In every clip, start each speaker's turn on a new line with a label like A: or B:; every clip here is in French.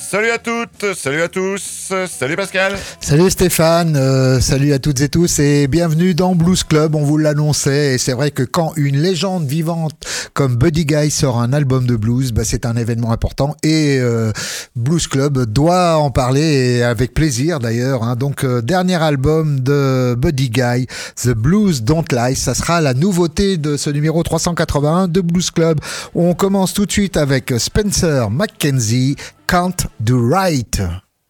A: Salut à toutes, salut à tous, salut Pascal.
B: Salut Stéphane, salut à toutes et tous et bienvenue dans Blues Club, on vous l'annonçait et c'est vrai que quand une légende vivante comme Buddy Guy sort un album de blues, c'est un événement important et Blues Club doit en parler et avec plaisir d'ailleurs. Donc dernier album de Buddy Guy, The Blues Don't Lie, ça sera la nouveauté de ce numéro 381 de Blues Club. On commence tout de suite avec Spencer McKenzie, Can't Do Right.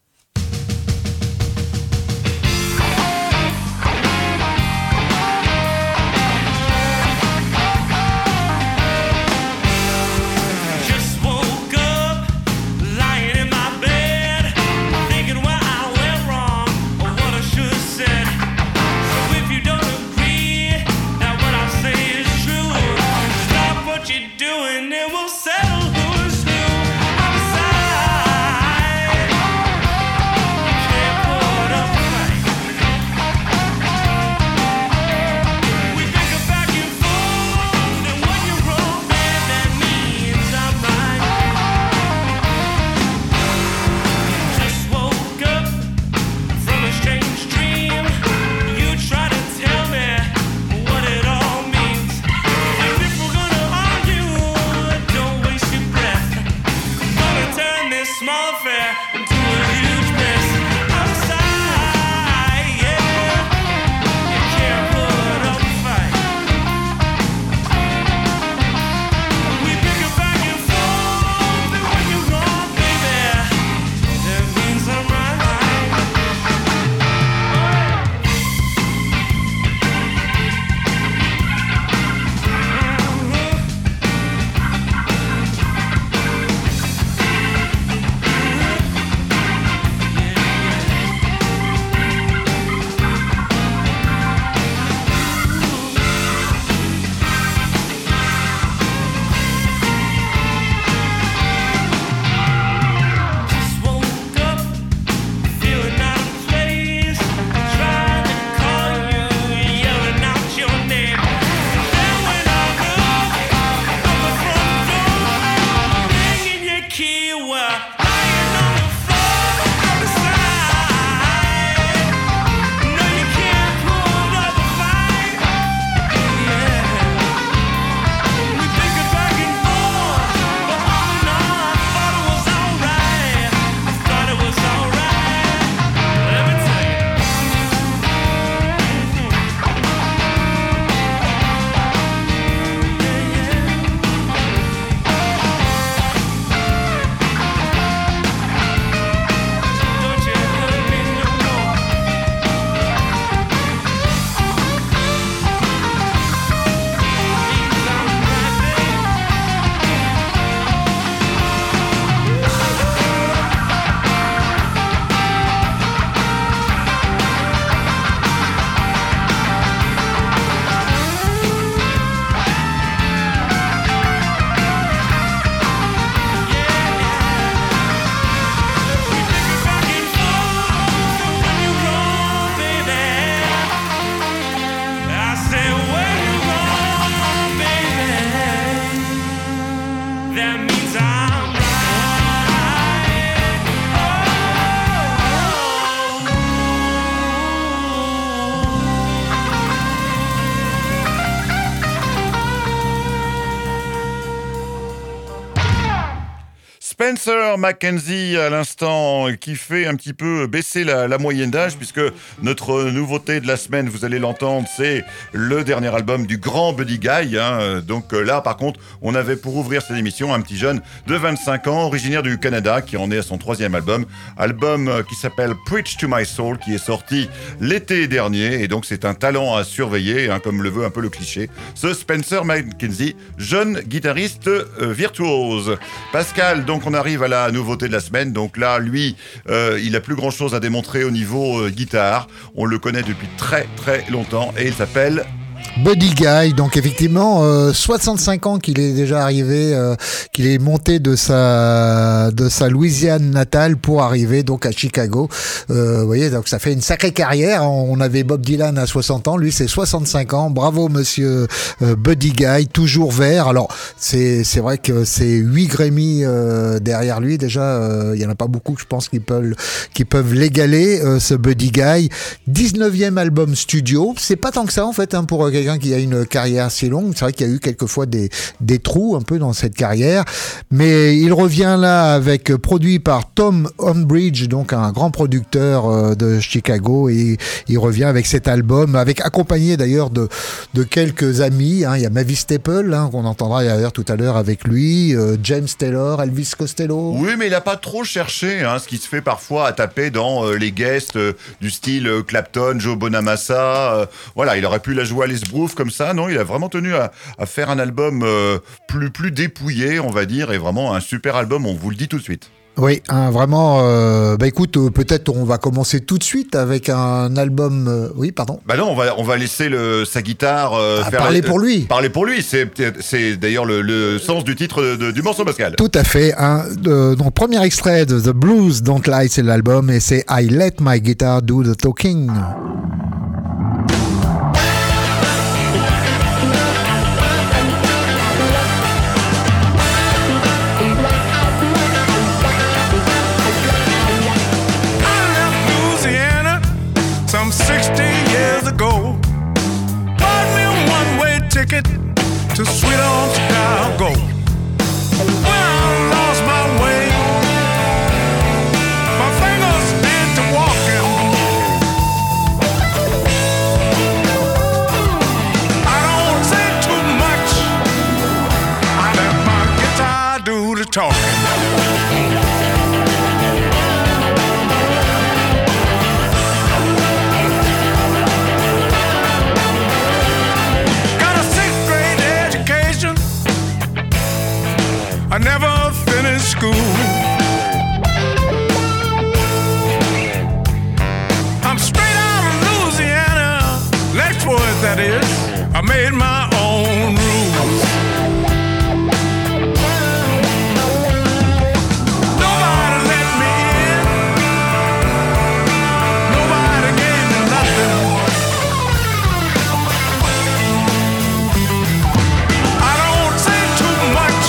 A: Spencer McKenzie à l'instant qui fait un petit peu baisser la moyenne d'âge puisque notre nouveauté de la semaine, vous allez l'entendre, c'est le dernier album du grand Buddy Guy. Donc là par contre on avait pour ouvrir cette émission un petit jeune de 25 ans originaire du Canada qui en est à son 3e album qui s'appelle Preach to My Soul, qui est sorti l'été dernier et donc c'est un talent à surveiller, comme le veut un peu le cliché, ce Spencer McKenzie, jeune guitariste virtuose. Pascal, donc on arrive à la nouveauté de la semaine. Donc là, lui, il a plus grand chose à démontrer au niveau guitare. On le connaît depuis très très longtemps et il s'appelle
B: Buddy Guy, donc effectivement 65 ans qu'il est déjà arrivé, qu'il est monté de sa Louisiane natale pour arriver donc à Chicago. Vous voyez, donc ça fait une sacrée carrière. On avait Bob Dylan à 60 ans, lui c'est 65 ans. Bravo monsieur Buddy Guy, toujours vert. Alors c'est vrai que c'est 8 Grammy derrière lui déjà. Il y en a pas beaucoup, je pense, qui peuvent l'égaler. Ce Buddy Guy, 19e album studio. C'est pas tant que ça en fait pour quelqu'un qui a une carrière si longue. C'est vrai qu'il y a eu quelquefois des trous un peu dans cette carrière, mais il revient là avec produit par Tom Unbridge, donc un grand producteur de Chicago, et il revient avec cet album, avec accompagné d'ailleurs de quelques amis. Il y a Mavis Staples qu'on entendra d'ailleurs tout à l'heure avec lui, James Taylor, Elvis Costello.
A: Oui, mais il n'a pas trop cherché, ce qui se fait parfois à taper dans les guests du style Clapton, Joe Bonamassa. Voilà, il aurait pu la jouer à Alice Brouf comme ça. Non, il a vraiment tenu à faire un album plus dépouillé, on va dire, et vraiment un super album, on vous le dit tout de suite.
B: Oui, vraiment. Écoute, peut-être on va commencer tout de suite avec un album. Oui, pardon.
A: Non, on va laisser sa guitare
B: parler pour lui.
A: Parler pour lui, c'est d'ailleurs le sens du titre du morceau, Pascal.
B: Tout à fait. Donc premier extrait de The Blues Don't Lie, c'est l'album, et c'est I Let My Guitar Do the Talking.
C: Some 60 years ago, bought me a one-way ticket to sweet old Chicago. When I lost my way, my fingers into walking. I don't say too much, I let my guitar do the talking. I never finished school. I'm straight out of Louisiana, Lexington, that is. I made my own rules. Nobody let me in. Nobody gave me nothing. I don't say too much.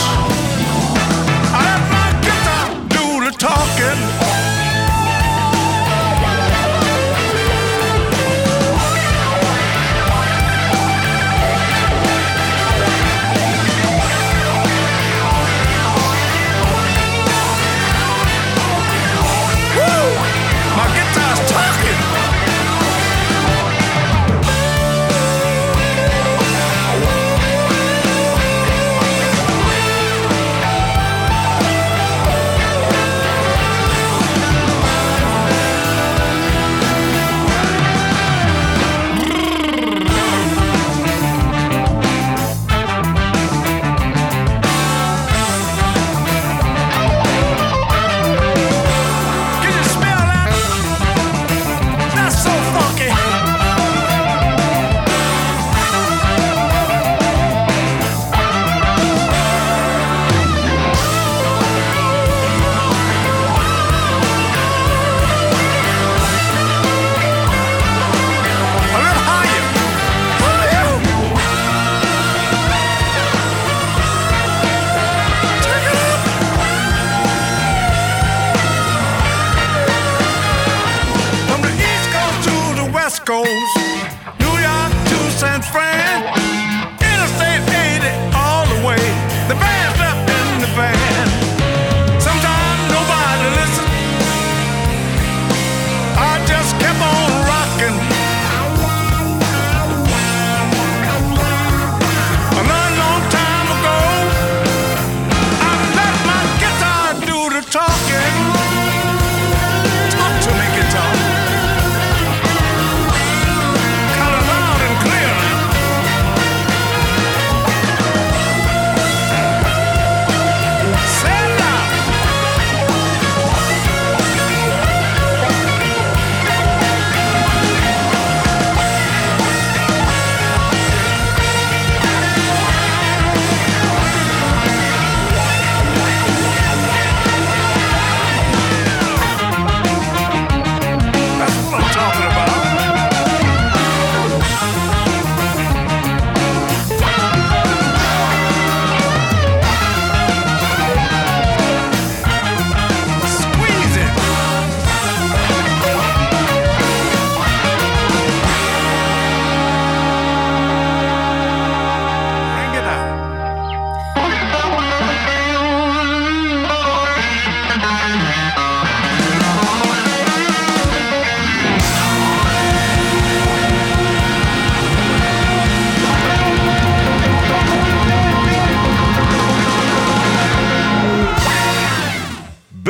C: Talking.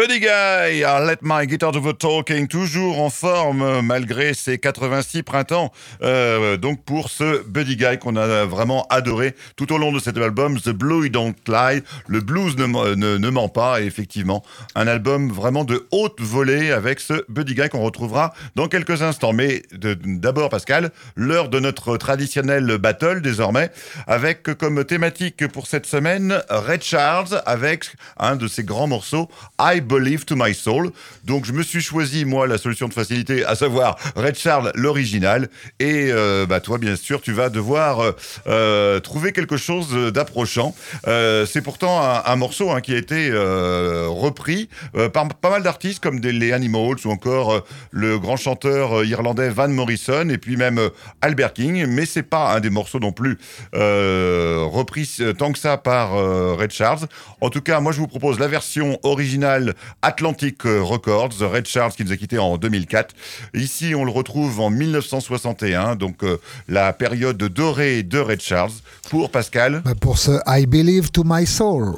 A: Buddy Guy, I Let My Guitar Do The Talking, toujours en forme malgré ses 86 printemps. Donc pour ce Buddy Guy qu'on a vraiment adoré tout au long de cet album, The Blues Don't Lie, le blues ne ment pas, et effectivement un album vraiment de haute volée avec ce Buddy Guy qu'on retrouvera dans quelques instants. Mais d'abord Pascal, l'heure de notre traditionnel battle désormais, avec comme thématique pour cette semaine Ray Charles avec un de ses grands morceaux, I Believe to My Soul. Donc je me suis choisi moi la solution de facilité, à savoir Ray Charles l'original, et toi bien sûr tu vas devoir trouver quelque chose d'approchant. C'est pourtant un morceau qui a été repris par pas mal d'artistes comme les Animals ou encore le grand chanteur irlandais Van Morrison et puis même Albert King, mais c'est pas un des morceaux non plus repris tant que ça par Ray Charles. En tout cas, moi je vous propose la version originale Atlantic Records, Ray Charles qui nous a quittés en 2004. Ici, on le retrouve en 1961, donc la période dorée de Ray Charles. Pour Pascal.
B: Pour ce I Believe to My Soul,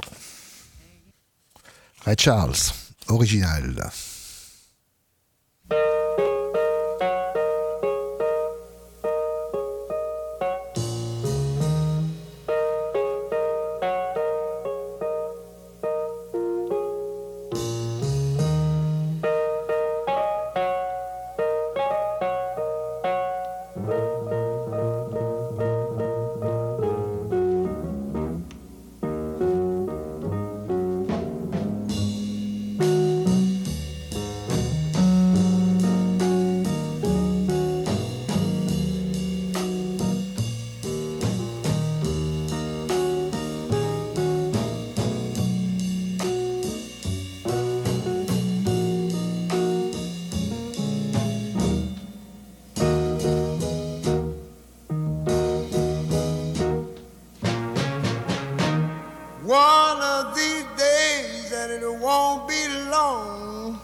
B: Ray Charles, original.
D: One of these days, and it won't be long,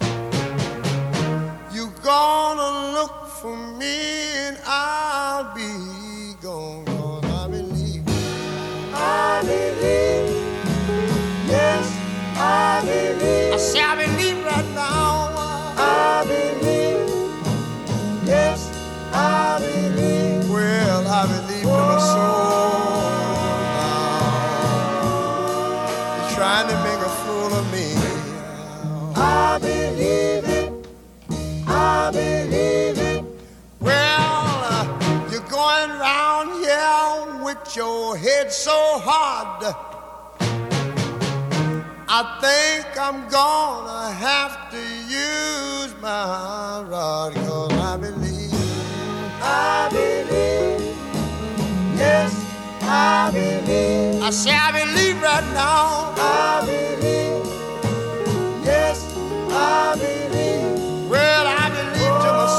D: you're gonna look for me and I'll be gone. Cause I believe, yes, I believe. I say I believe right now. I believe, yes, I believe. Well, I believe to my soul. Trying to make a fool of me. I believe it, I believe it. Well, you're going round here with your head so hard. I think I'm gonna have to use my rod. Cause I believe, yes, I believe. I say I believe right now. I believe, yes, I believe. Well, I believe to my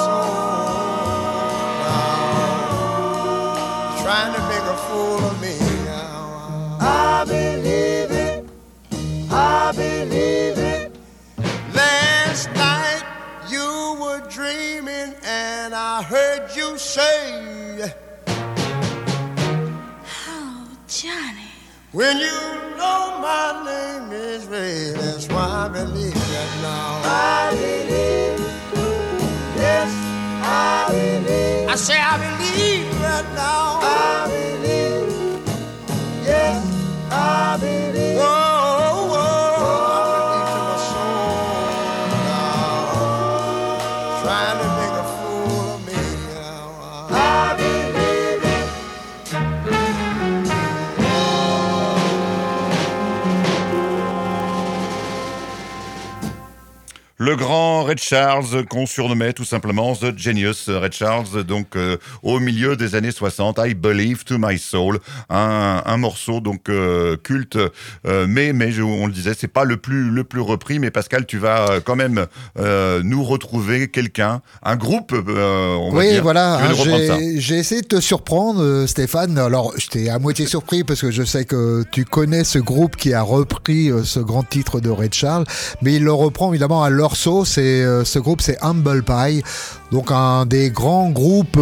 D: soul now, trying to make a fool of me now. I believe it, I believe it. Last night you were dreaming and I heard you say, Johnny, when you know my name is Ray, that's why I believe that now. I believe, yes, I believe. I say I believe that now. I believe, yes, I believe. Whoa, whoa, I believe to my soul now, trying to make a fool of me now. I believe it.
A: Le grand Ray Charles, qu'on surnommait tout simplement The Genius Ray Charles, donc au milieu des années 60, I Believe to My Soul, un morceau donc culte, mais on le disait, c'est pas le plus repris, mais Pascal, tu vas quand même nous retrouver quelqu'un, un groupe, on va dire.
B: Oui, voilà,
A: hein,
B: j'ai essayé de te surprendre, Stéphane. Alors, j'étais à moitié surpris parce que je sais que tu connais ce groupe qui a repris ce grand titre de Ray Charles, mais il le reprend évidemment à leur morceau, ce groupe, c'est Humble Pie. Donc un des grands groupes,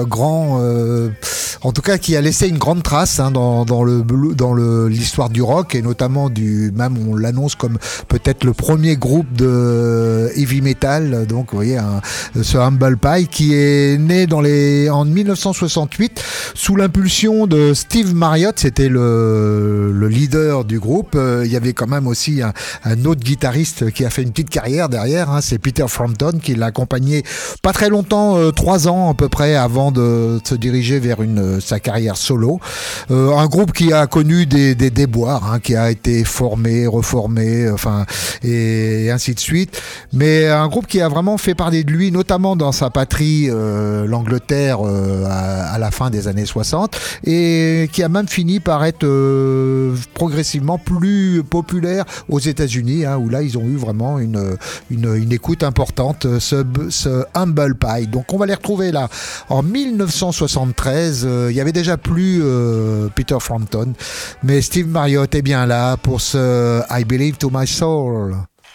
B: en tout cas qui a laissé une grande trace dans l'histoire du rock et notamment même on l'annonce comme peut-être le premier groupe de heavy metal. Donc vous voyez ce Humble Pie qui est né en 1968 sous l'impulsion de Steve Marriott, c'était le leader du groupe. Il y avait quand même aussi un autre guitariste qui a fait une petite carrière derrière, c'est Peter Frampton qui l'a accompagné pas très longtemps, 3 ans à peu près avant de se diriger vers sa carrière solo. Un groupe qui a connu des déboires, qui a été formé, reformé, et ainsi de suite. Mais un groupe qui a vraiment fait parler de lui, notamment dans sa patrie, l'Angleterre, à la fin des années 60, et qui a même fini par être progressivement plus populaire aux États-Unis, où là ils ont eu vraiment une écoute importante, ce Humble Pie. Donc on va les retrouver là en 1973. Il y avait déjà plus Peter Frampton, mais Steve Marriott est bien là pour ce I Believe to My Soul.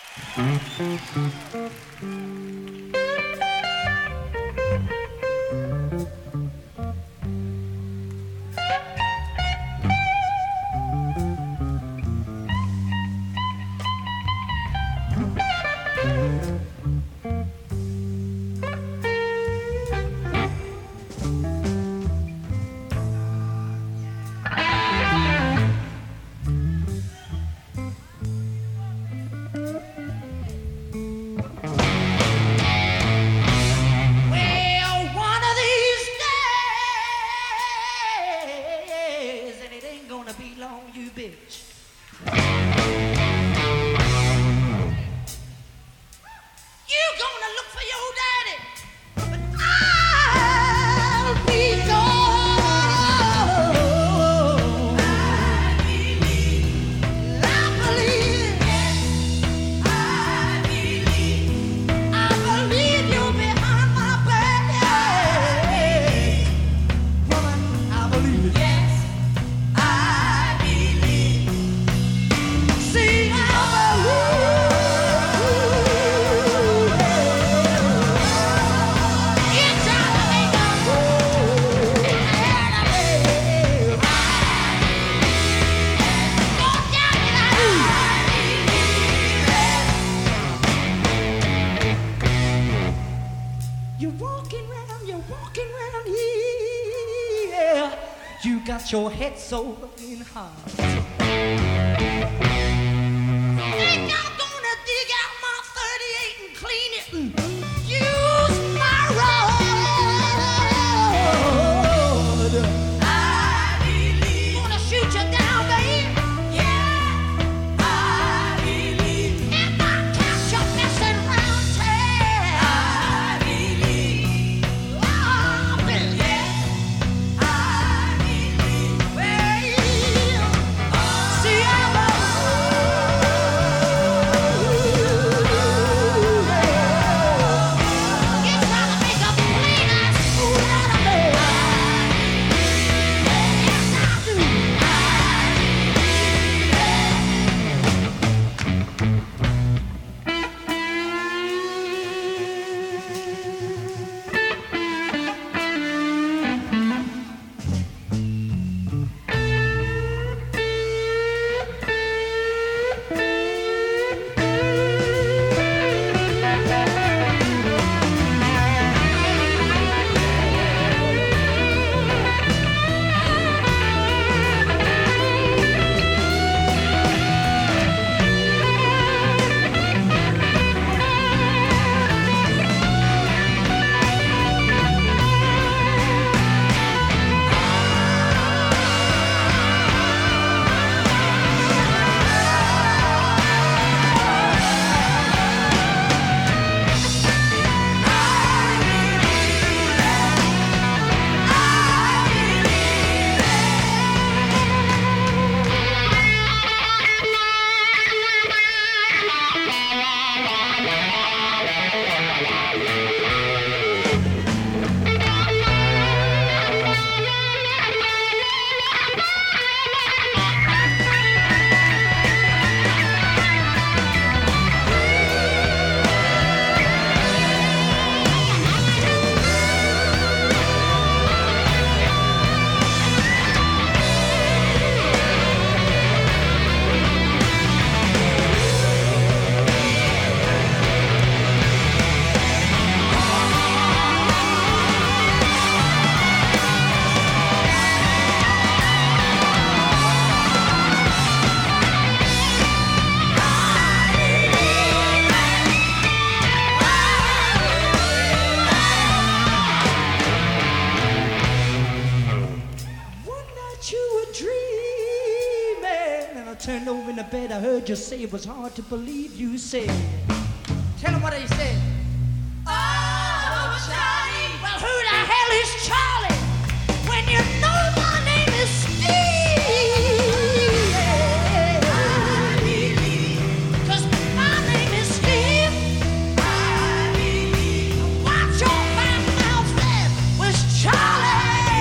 E: Your head so in high. Think I'm gonna dig out my 38 and clean it and use my rod. I believe. Gonna shoot you down, babe. Yeah, I believe. If I catch you messing around town, I believe. Oh, baby. See, I that you were dreaming. And I turned over in the bed, I heard you say it was hard to believe. You said, tell him what he said. Oh, Charlie. Well, who the hell is Charlie? When you know my name is Steve. Cause my name is Steve. Watch your back mouth, that was Charlie.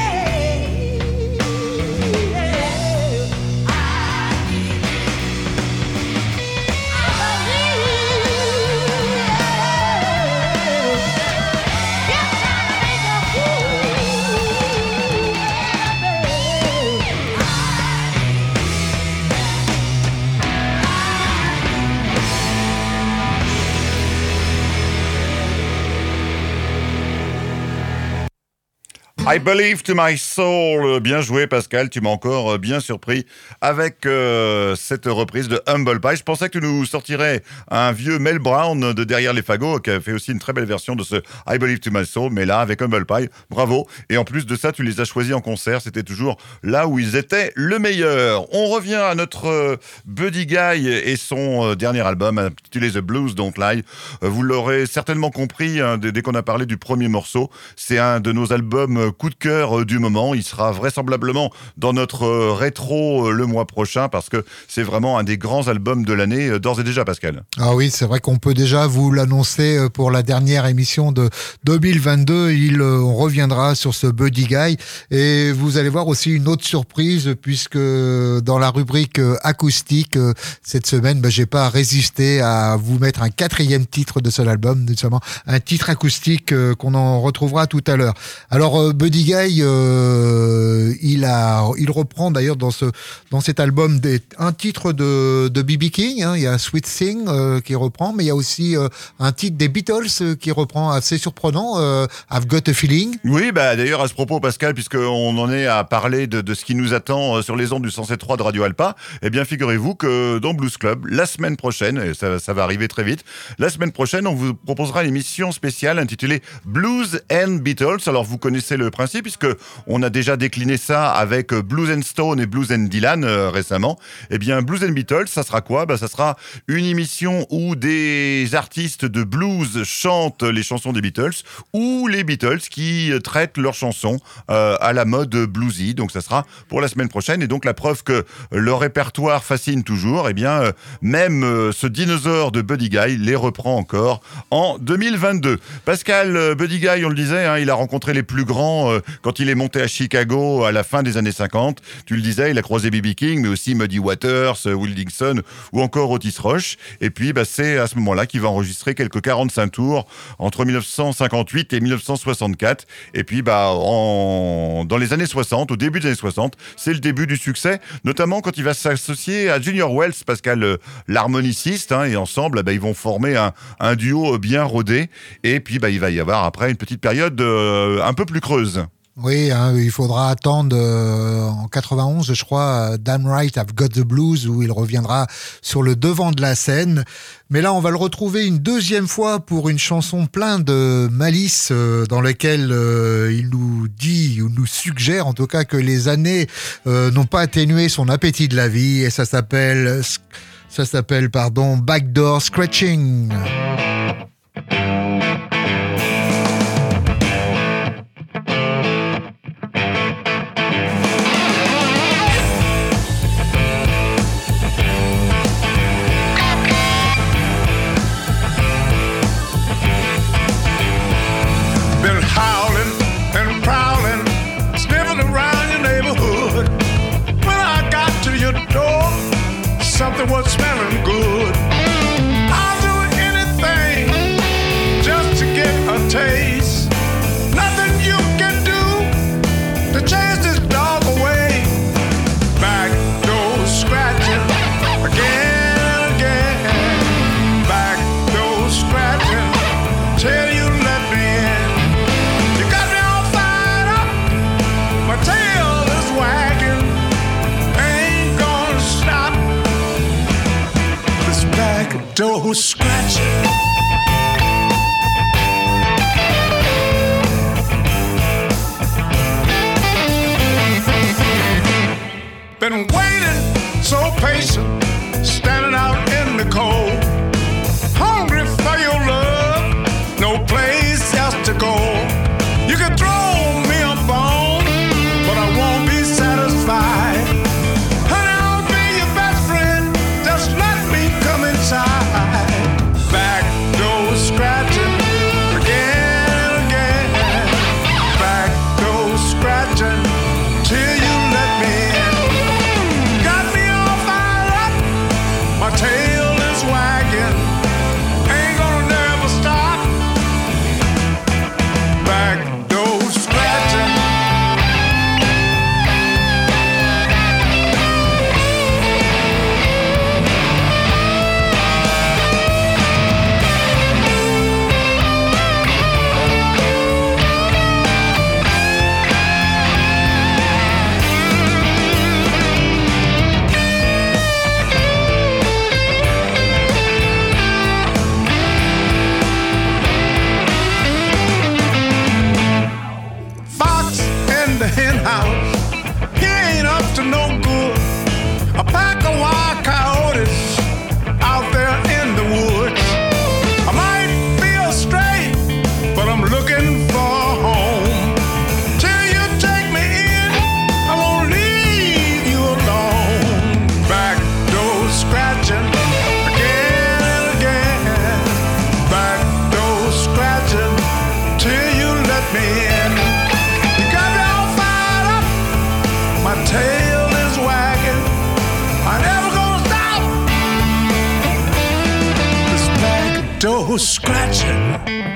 A: I Believe to My Soul. Bien joué Pascal, tu m'as encore bien surpris avec cette reprise de Humble Pie. Je pensais que tu nous sortirais un vieux Mel Brown de Derrière les fagots qui a fait aussi une très belle version de ce I Believe to My Soul, mais là avec Humble Pie, bravo. Et en plus de ça, tu les as choisis en concert, c'était toujours là où ils étaient le meilleur. On revient à notre Buddy Guy et son dernier album intitulé The Blues Don't Lie. Vous l'aurez certainement compris dès qu'on a parlé du premier morceau, c'est un de nos albums coup de cœur du moment. Il sera vraisemblablement dans notre rétro le mois prochain parce que c'est vraiment un des grands albums de l'année d'ores et déjà, Pascal.
B: Ah oui, c'est vrai qu'on peut déjà vous l'annoncer pour la dernière émission de 2022. On reviendra sur ce Buddy Guy et vous allez voir aussi une autre surprise puisque dans la rubrique acoustique cette semaine, j'ai pas résisté à vous mettre un 4e titre de cet album, notamment un titre acoustique qu'on en retrouvera tout à l'heure. Alors Buddy Guy, il reprend d'ailleurs dans cet album un titre de B.B. King. Il y a Sweet Thing qui reprend, mais il y a aussi un titre des Beatles qui reprend, assez surprenant. I've Got a Feeling.
A: Oui, d'ailleurs à ce propos, Pascal, puisqu'on en est à parler de ce qui nous attend sur les ondes du 107.3 de Radio Alpa, eh bien figurez-vous que dans Blues Club, la semaine prochaine, et ça va arriver très vite, la semaine prochaine, on vous proposera une émission spéciale intitulée Blues and Beatles. Alors vous connaissez le principe, puisque on a déjà décliné ça avec Blues and Stone et Blues and Dylan récemment. Eh bien, Blues and Beatles, ça sera quoi ? Ça sera une émission où des artistes de blues chantent les chansons des Beatles, ou les Beatles qui traitent leurs chansons à la mode bluesy. Donc ça sera pour la semaine prochaine. Et donc la preuve que le répertoire fascine toujours, eh bien, même ce dinosaure de Buddy Guy les reprend encore en 2022. Pascal, Buddy Guy, on le disait, il a rencontré les plus grands quand il est monté à Chicago à la fin des années 50. Tu le disais, il a croisé B.B. King, mais aussi Muddy Waters, Will Dixon ou encore Otis Rush. Et puis, c'est à ce moment-là qu'il va enregistrer quelques 45 tours entre 1958 et 1964. Et puis, dans les années 60, au début des années 60, c'est le début du succès, notamment quand il va s'associer à Junior Wells, Pascal, l'harmoniciste, et ensemble, ils vont former un duo bien rodé. Et puis, il va y avoir après une petite période un peu plus creuse.
B: Oui, il faudra attendre en 91, je crois, Damn Right, I've Got the Blues, où il reviendra sur le devant de la scène. Mais là, on va le retrouver une deuxième fois pour une chanson pleine de malice dans laquelle il nous dit, ou nous suggère en tout cas, que les années n'ont pas atténué son appétit de la vie, et ça s'appelle Backdoor Scratching.
C: Something was smelling good. I'll do anything just to get a taste. Nothing you can do to chase this dog away. Back door scratching again and again. Back door scratching till you let me in. You got me all fired up. My tail is wagging. Ain't gonna stop. Back door scratching. Been waiting so patient, standing out in the cold. Hungry for your love, no place else to go. You can throw me a bone, but I won't be satisfied. Honey, I'll be your best friend, just let me come inside. Back door scratching again and again. Back door scratching till you let me in. Got me all fired up, my tail is wagging. Ain't gonna never stop. Back door scratching. Fox in the hen house, he ain't up to no good. A pack of wild coyotes out there in the woods. I might be a stray, but I'm looking for a home. Till you take me in, I won't leave you alone. Back door scratching again and again. Back door scratching till you let me in. You got me all fired up, my tail is wagging. I never gonna stop this back door scratching.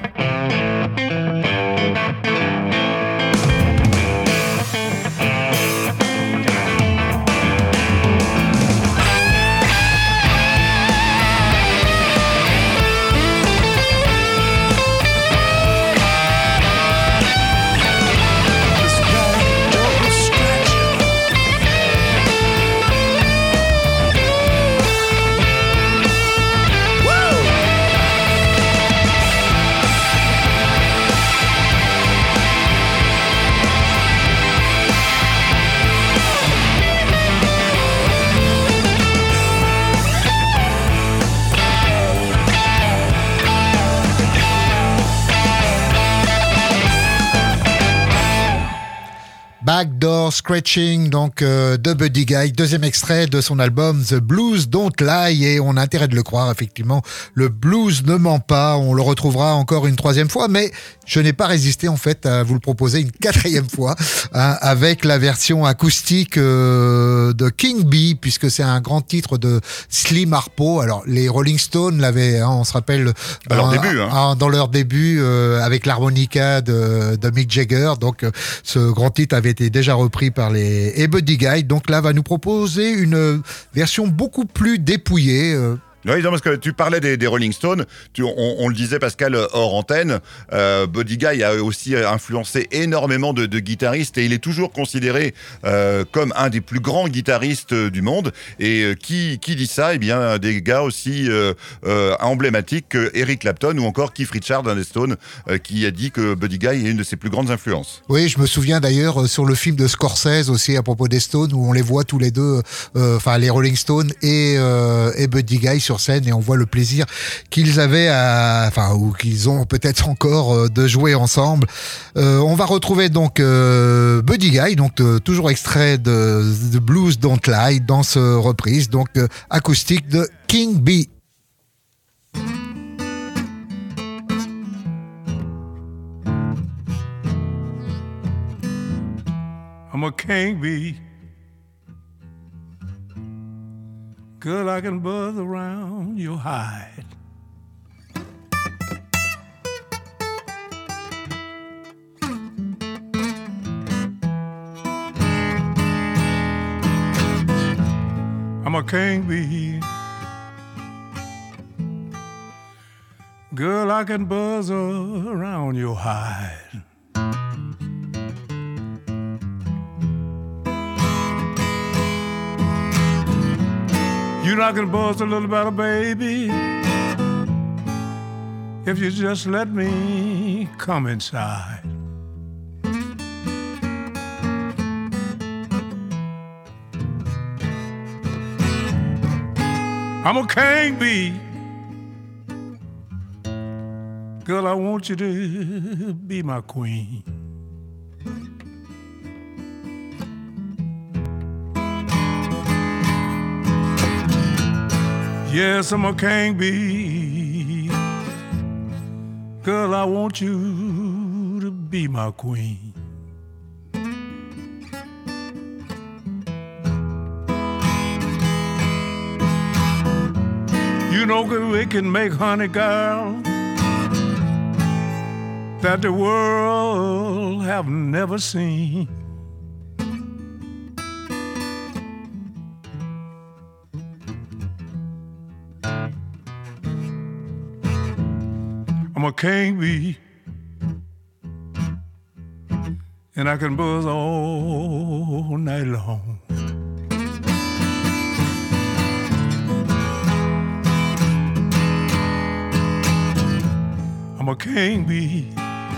C: This back door scratching. Woo!
B: Backdoor Scratching, donc de Buddy Guy, deuxième extrait de son album The Blues Don't Lie, et on a intérêt de le croire, effectivement, le blues ne ment pas. On le retrouvera encore une troisième fois, mais je n'ai pas résisté en fait à vous le proposer une quatrième fois, hein, avec la version acoustique de King Bee, puisque c'est un grand titre de Slim Harpo. Alors les Rolling Stones l'avaient, hein, on se rappelle,
A: À leur début, hein.
B: dans leur début, avec l'harmonica de Mick Jagger. Donc ce grand titre avait été déjà repris par les Buddy Guy. Donc là, va nous proposer une version beaucoup plus dépouillée.
A: Oui, non, parce que tu parlais des Rolling Stones, on le disait Pascal hors antenne, Buddy Guy a aussi influencé énormément de guitaristes et il est toujours considéré comme un des plus grands guitaristes du monde. Et qui dit ça? Eh bien, des gars aussi emblématiques que Eric Clapton ou encore Keith Richards, un des Stones, qui a dit que Buddy Guy est une de ses plus grandes influences.
B: Oui, je me souviens d'ailleurs sur le film de Scorsese aussi à propos des Stones, où on les voit tous les deux, enfin les Rolling Stones et Buddy Guy sur scène, et on voit le plaisir qu'ils avaient ou qu'ils ont peut-être encore de jouer ensemble. On va retrouver donc Buddy Guy, donc toujours extrait de Blues Don't Lie dans ce reprise, donc acoustique de King Bee.
C: I'm a king bee. Girl, I can buzz around your hide. I'm a king bee. Girl, I can buzz around your hide. You're not gonna buzz a little better, baby, if you just let me come inside. I'm a king bee. Girl, I want you to be my queen. Yes, I'm a king bee. Girl, I want you to be my queen. You know we can make honey, girl, that the world have never seen. I'm a king bee, and I can buzz all night long. I'm a king bee,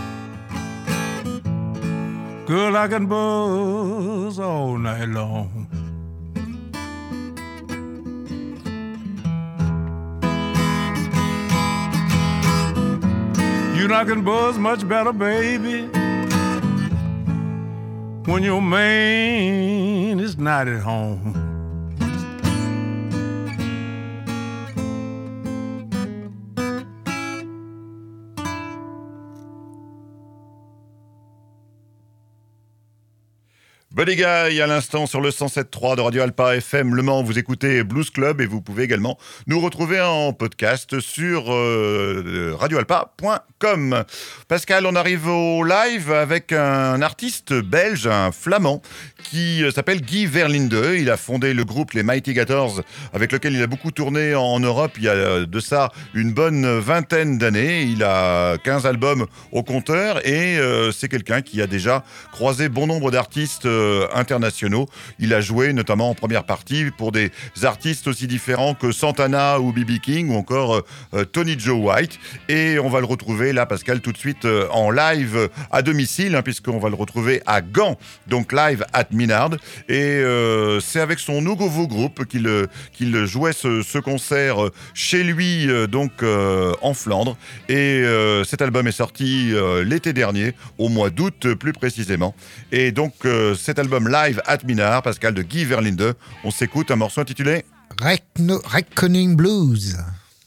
C: girl, I can buzz all night long. You know I can buzz much better, baby, when your man is not at home.
A: Buddy Guy à l'instant sur le 107.3 de Radio Alpa FM Le Mans. Vous écoutez Blues Club et vous pouvez également nous retrouver en podcast sur radioalpa.com. Pascal, on arrive au live avec un artiste belge, un flamand, qui s'appelle Guy Verlinde. Il a fondé le groupe Les Mighty Gators, avec lequel il a beaucoup tourné en Europe il y a de ça une bonne vingtaine d'années. Il a 15 albums au compteur et c'est quelqu'un qui a déjà croisé bon nombre d'artistes internationaux. Il a joué notamment en première partie pour des artistes aussi différents que Santana ou B.B. King ou encore Tony Joe White. Et on va le retrouver là, Pascal, tout de suite en live à domicile, hein, puisqu'on va le retrouver à Gand, donc live at Minard. Et c'est avec son nouveau groupe qu'il jouait ce concert chez lui, donc en Flandre. Et cet album est sorti l'été dernier, au mois d'août plus précisément. Et donc cet album live at Minard, Pascal, de Guy Verlinde, on s'écoute un morceau intitulé
B: Reckoning Blues.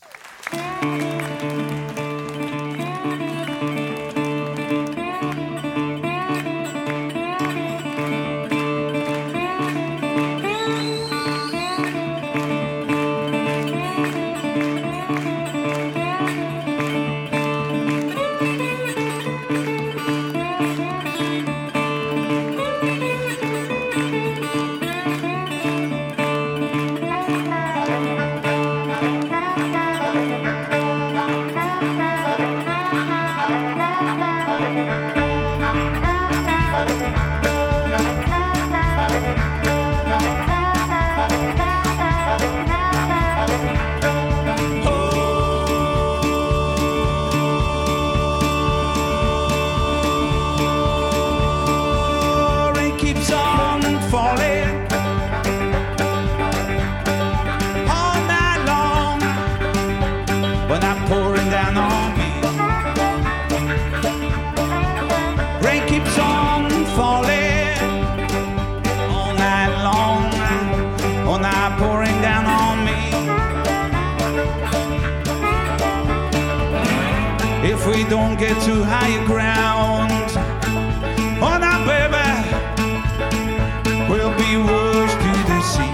F: If we don't get to higher ground, oh now baby, we'll be washed to the sea.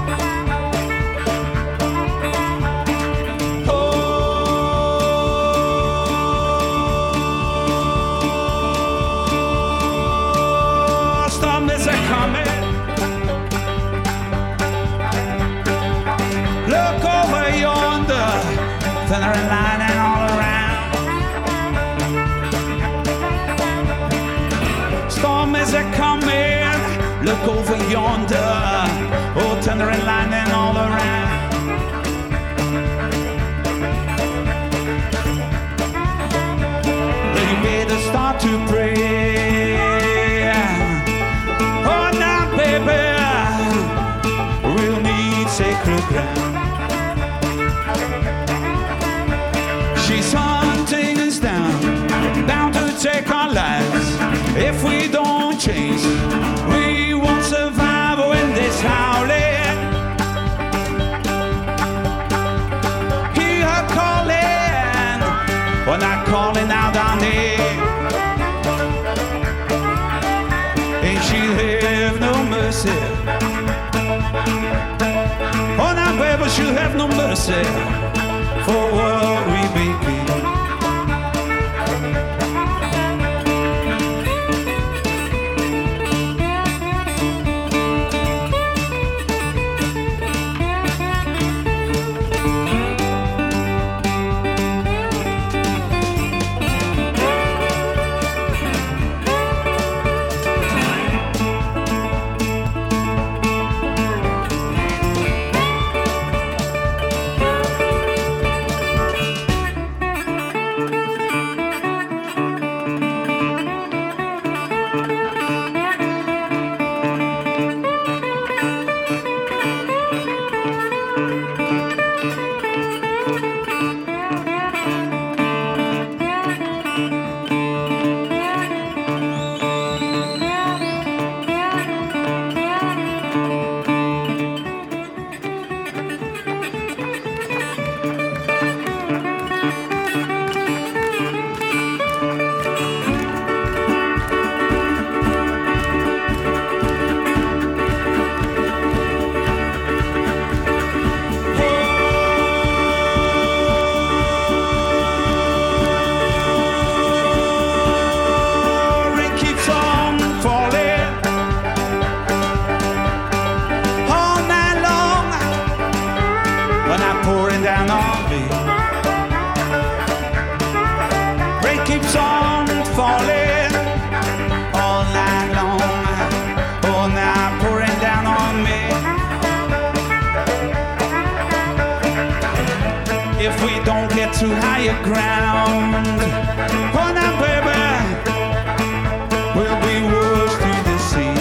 F: Oh, storm is a-coming. Look over yonder, thunder and lightning all around. Storm is a-coming, look over yonder, oh, thunder and lightning all around. You better start to pray. Oh, now, baby, we'll need sacred ground. she'll have no mercy for what we may be. To higher ground, oh now baby, we'll be washed to the sea.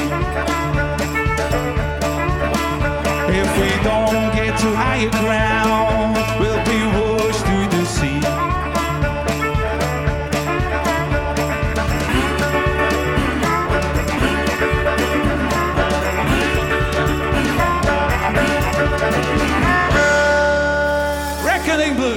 F: If we don't get to higher ground, we'll be washed to the sea. Reckoning Blue.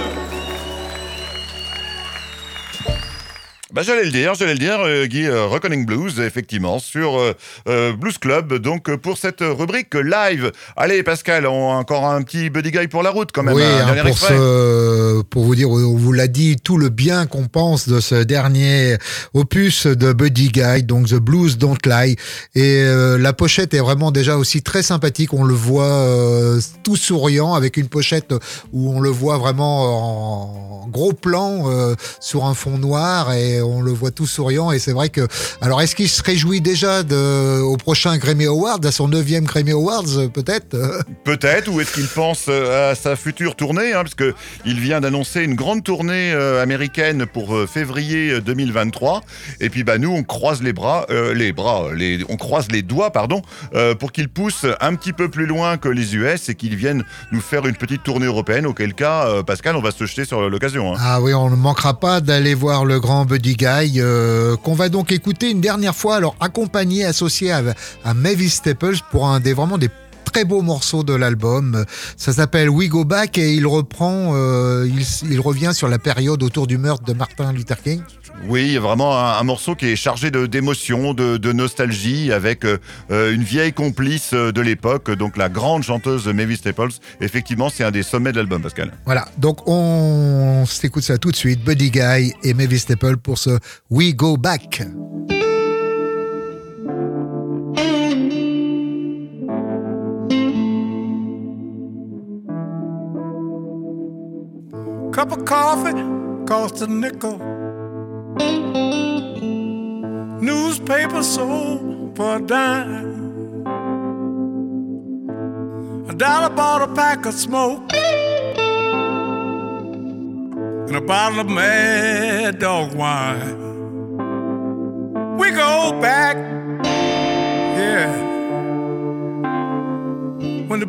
A: Bah, j'allais le dire, Guy, Reckoning Blues, effectivement, sur Blues Club, donc pour cette rubrique live. Allez, Pascal, encore un petit Buddy Guy pour la route, quand même.
B: Oui,
A: un dernier extrait.
B: Pour vous dire, on vous l'a dit, tout le bien qu'on pense de ce dernier opus de Buddy Guy, donc The Blues Don't Lie. Et la pochette est vraiment déjà aussi très sympathique. On le voit tout souriant, avec une pochette où on le voit vraiment en gros plan sur un fond noir, et on le voit tout souriant. Et c'est vrai que... Alors, est-ce qu'il se réjouit déjà au prochain Grammy Awards, à son 9e Grammy Awards, peut-être
A: Peut-être, ou est-ce qu'il pense à sa future tournée, parce qu'il vient d'annoncer une grande tournée américaine pour février 2023. Et puis, nous, on croise on croise les doigts, pour qu'il pousse un petit peu plus loin que les US et qu'il vienne nous faire une petite tournée européenne, auquel cas, Pascal, on va se jeter sur l'occasion.
B: Ah oui, on ne manquera pas d'aller voir le grand Buddy Guy, qu'on va donc écouter une dernière fois, alors accompagné, associé à Mavis Staples pour vraiment des très beaux morceaux de l'album. Ça s'appelle We Go Back, et il revient sur la période autour du meurtre de Martin Luther King.
A: Oui, il y a vraiment un morceau qui est chargé d'émotions, de nostalgie, avec une vieille complice de l'époque, donc la grande chanteuse Mavis Staples. Effectivement, c'est un des sommets de l'album, Pascal.
B: Voilà, donc on s'écoute ça tout de suite, Buddy Guy et Mavis Staples pour ce We Go Back.
C: Cup of coffee cost a nickel. Newspaper sold for a dime. $1 bought a pack of smoke and a bottle of Mad Dog wine. We go back, yeah, when the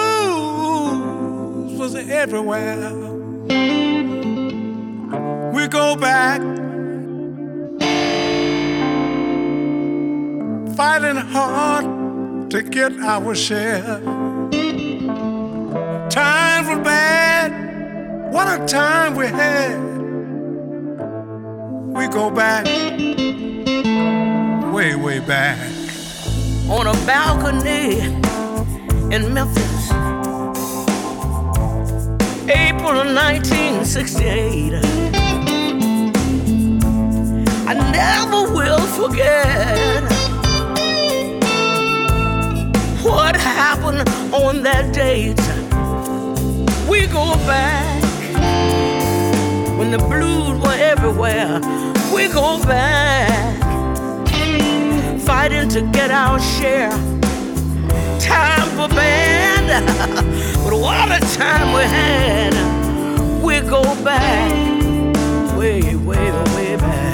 C: blues was everywhere. We go back, fighting hard to get our share. Times were bad, what a time we had. We go back, way, way back.
G: On a balcony in Memphis, 1968. I never will forget what happened on that date. We go back when the blues were everywhere. We go back fighting to get our share. Time for band, but what a time we had. We go back, way, way, way back.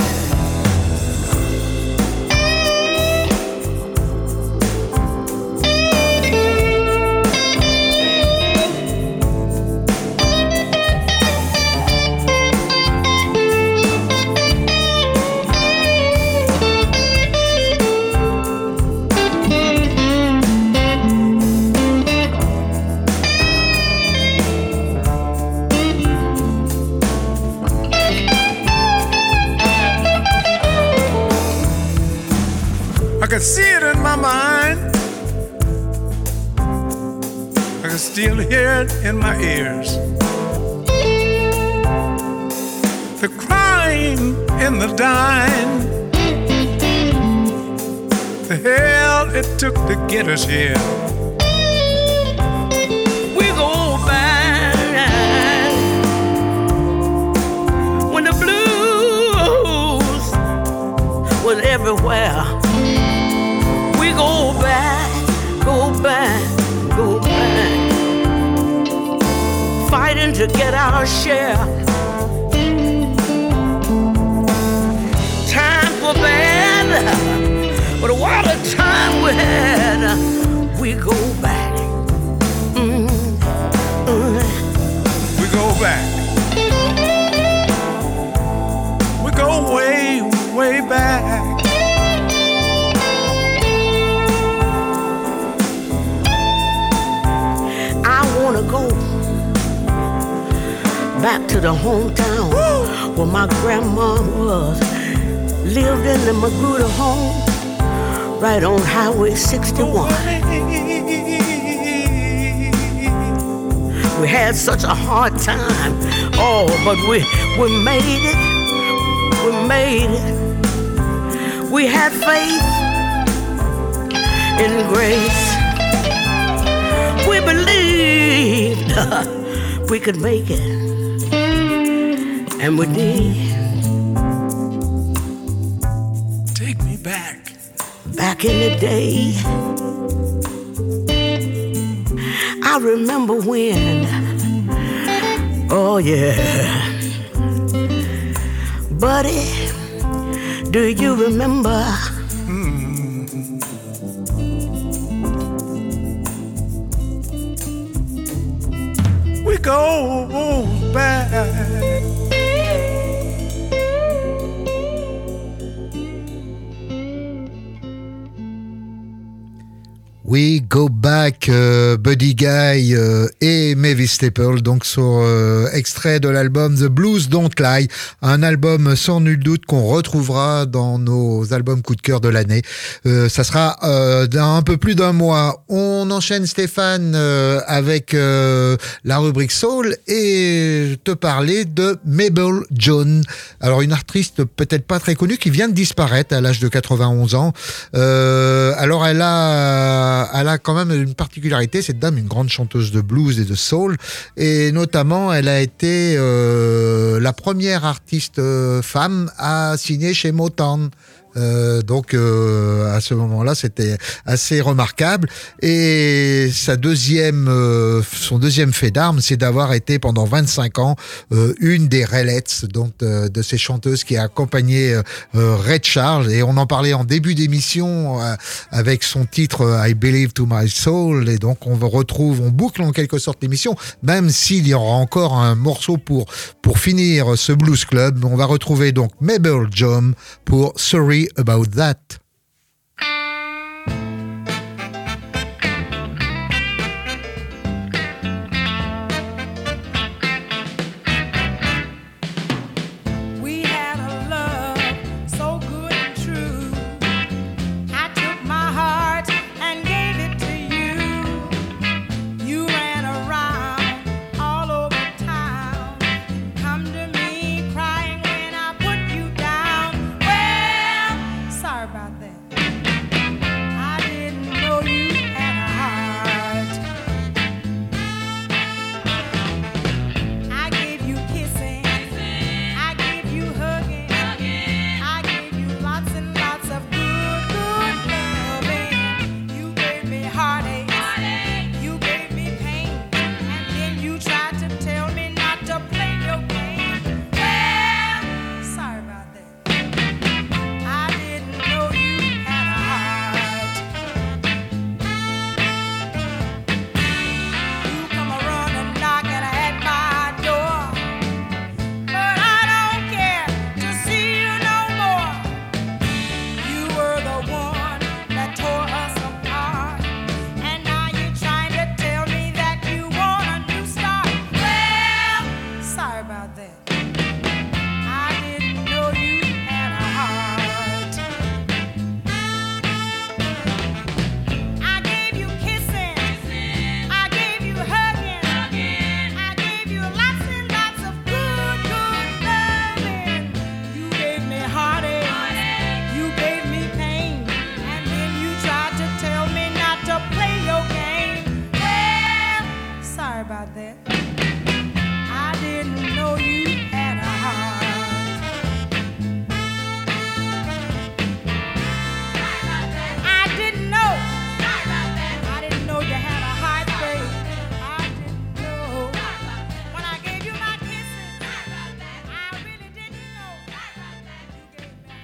C: I could see it in my mind. I can still hear it in my ears. The crying and the dying. The hell it took to get us here.
G: We go back when the blues was everywhere. We go back, go back, go back, fighting to get our share. Time for band, but what a time we had. We go back.
C: We go back. We go way, way back.
G: I wanna go back to the hometown where my grandma was. Lived in the Magruder home, right on Highway 61. We had such a hard time, oh, but we made it. We made it. We had faith in grace. We believed we could make it, and we did.
C: Take me back.
G: Back in the day, I remember when, oh yeah, buddy, do you remember?
C: We go back.
B: We Go Back, Buddy Guy et Mavis Staple, donc sur extrait de l'album The Blues Don't Lie, un album sans nul doute qu'on retrouvera dans nos albums coup de cœur de l'année. Ça sera dans un peu plus d'un mois. On enchaîne, Stéphane, avec la rubrique Soul et te parler de Mabel Jones. Alors une artiste peut-être pas très connue qui vient de disparaître à l'âge de 91 ans. Alors elle a quand même une particularité, cette dame, une grande chanteuse de blues et de soul, et notamment elle a été la première artiste femme à signer chez Motown. Donc à ce moment-là, c'était assez remarquable. Et son deuxième fait d'armes, c'est d'avoir été pendant 25 ans une des Raylettes, donc de ces chanteuses qui a accompagné Ray Charles. Et on en parlait en début d'émission avec son titre I Believe to My Soul. Et donc on boucle en quelque sorte l'émission, même s'il y aura encore un morceau pour finir ce Blues Club. On va retrouver donc Mabel Jones pour Sorry About That.
E: We had a love so good and true. I took my heart and gave it to you. You ran around all over town about that. I didn't know you had a heart. I didn't know. I didn't know you had a heart, babe. I didn't know. When I gave you my kisses, I really didn't know. You gave me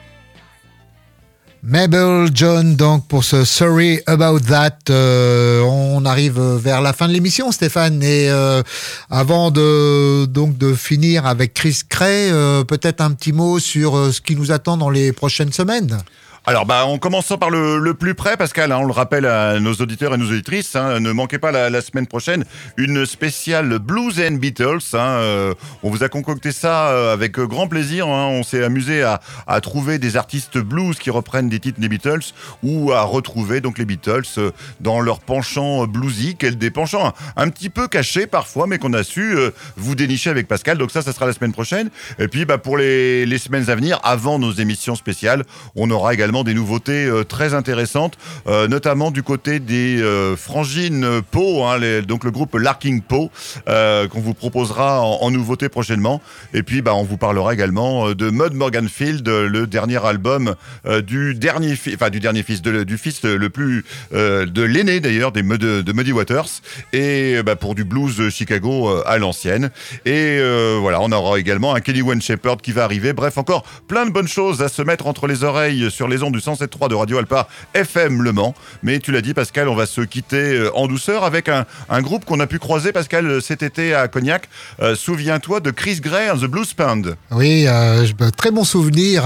E: heartache.
B: Mabel John, donc, pour ce Sorry About That. On arrive vers la fin de l'émission, Stéphane, et avant de finir avec Chris Cray, peut-être un petit mot sur ce qui nous attend dans les prochaines semaines.
A: Alors, en commençant par le plus près, Pascal, on le rappelle à nos auditeurs et nos auditrices, ne manquez pas la semaine prochaine une spéciale Blues and Beatles. On vous a concocté ça avec grand plaisir. On s'est amusé à trouver des artistes blues qui reprennent des titres des Beatles ou à retrouver donc les Beatles dans leur penchant bluesy, des penchants un petit peu cachés parfois, mais qu'on a su vous dénicher avec Pascal. Donc ça sera la semaine prochaine. Et puis, pour les semaines à venir, avant nos émissions spéciales, on aura également des nouveautés très intéressantes, notamment du côté des Frangines Poe, donc le groupe Larking Poe, qu'on vous proposera en nouveauté prochainement. Et puis on vous parlera également de Mud Morganfield, le dernier album du fils le plus de l'aîné d'ailleurs de Muddy Waters, et pour du blues Chicago à l'ancienne. Et voilà, on aura également un Kenny Wayne Shepherd qui va arriver. Bref, encore plein de bonnes choses à se mettre entre les oreilles sur les ondes du 107.3 de Radio Alpa FM Le Mans. Mais tu l'as dit, Pascal, on va se quitter en douceur avec un groupe qu'on a pu croiser, Pascal, cet été à Cognac. Souviens-toi de Chris Gray and the Blues Band. Oui,
B: très bon souvenir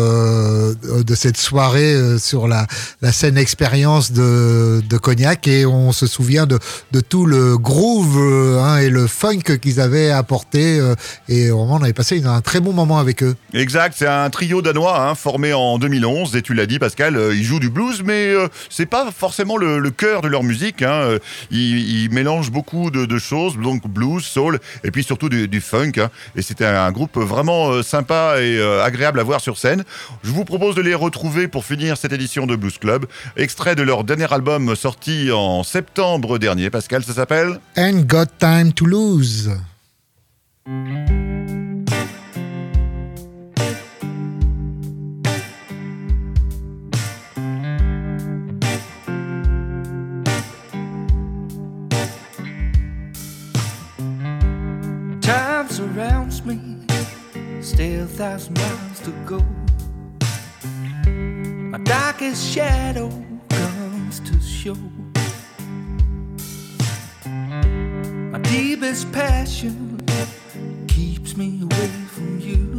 B: de cette soirée sur la scène expérience de Cognac, et on se souvient de tout le groove et le funk qu'ils avaient apporté, et vraiment on avait passé un très bon moment avec eux.
A: Exact, c'est un trio danois formé en 2011, et tu l'as dit, Pascal, ils jouent du blues, mais c'est pas forcément le cœur de leur musique. Ils mélangent beaucoup de choses, donc blues, soul, et puis surtout du funk. Et c'était un groupe vraiment sympa et agréable à voir sur scène. Je vous propose de les retrouver pour finir cette édition de Blues Club. Extrait de leur dernier album sorti en septembre dernier. Pascal, ça s'appelle
B: Ain't Got Time to Lose.
F: Time surrounds me, still 1,000 miles to go. My darkest shadow comes to show. My deepest passion keeps me away from you.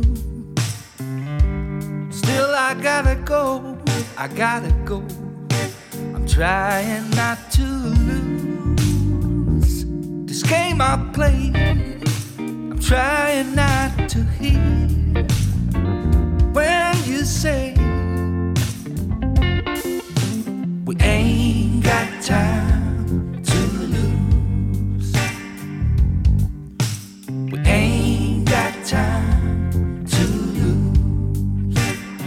F: Still I gotta go, I'm trying not to lose this game I play. I'm trying not to hear when you say we ain't got time to lose. We ain't got time to lose.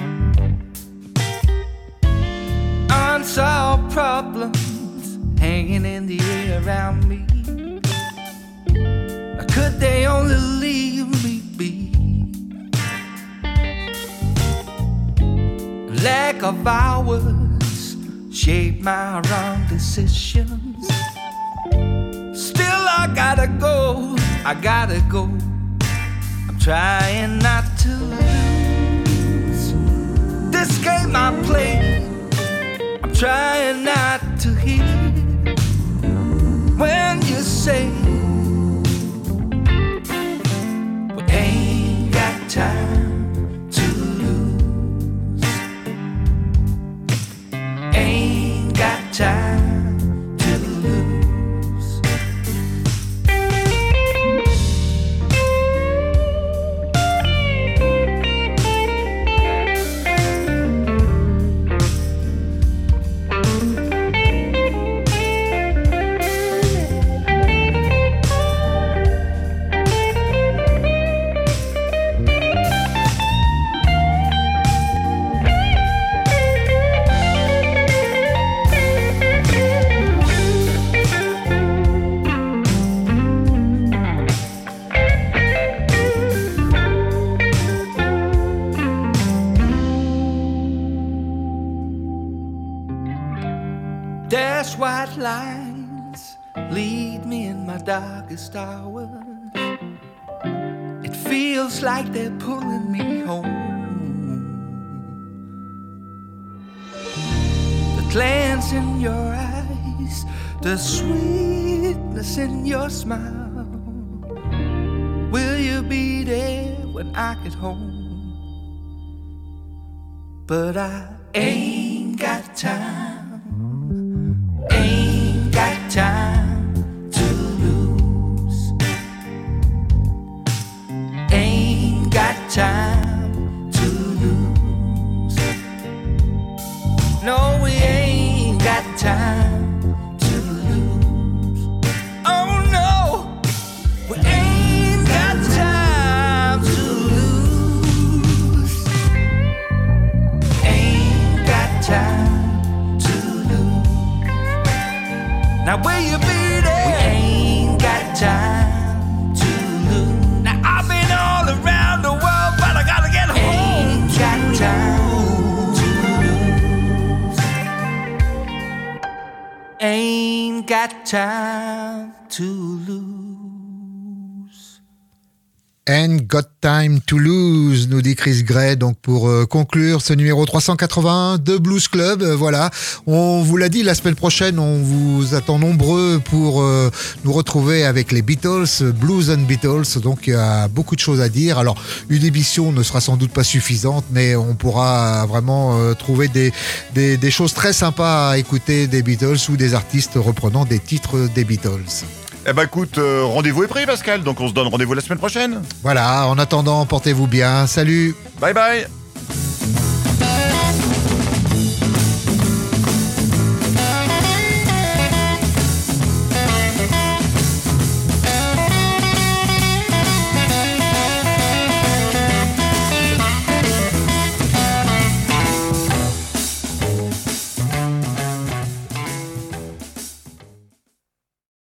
F: Unsolved problems hanging in the air around me. Could they only leave me be? Lack of hours shape my wrong decisions. Still I gotta go, I'm trying not to lose this game I play. I'm trying not to hear when you say ain't got time to lose. Ain't got time to lose.
H: lines lead me in my darkest hours. It feels like they're pulling me home. The glance in your eyes, the sweetness in your smile. Will you be there when I get home? But I ain't got time, ain't got time to lose, ain't got time to lose. No, we ain't got time to lose. Oh no, we ain't got time to lose, ain't got time to lose. Now will you be there? We ain't got time to lose. Now I've been all around the world, but I gotta get home. Ain't got time to lose. Ain't got time to lose.
B: And Got Time to Lose, nous dit Chris Gray. Donc pour conclure ce numéro 381 de Blues Club, voilà, on vous l'a dit, la semaine prochaine, on vous attend nombreux pour nous retrouver avec les Beatles, Blues and Beatles. Donc il y a beaucoup de choses à dire. Alors une émission ne sera sans doute pas suffisante, mais on pourra vraiment trouver des choses très sympas à écouter des Beatles ou des artistes reprenant des titres des Beatles.
A: Eh ben écoute, rendez-vous est pris Pascal, donc on se donne rendez-vous la semaine prochaine.
B: Voilà, en attendant, portez-vous bien. Salut.
A: Bye bye.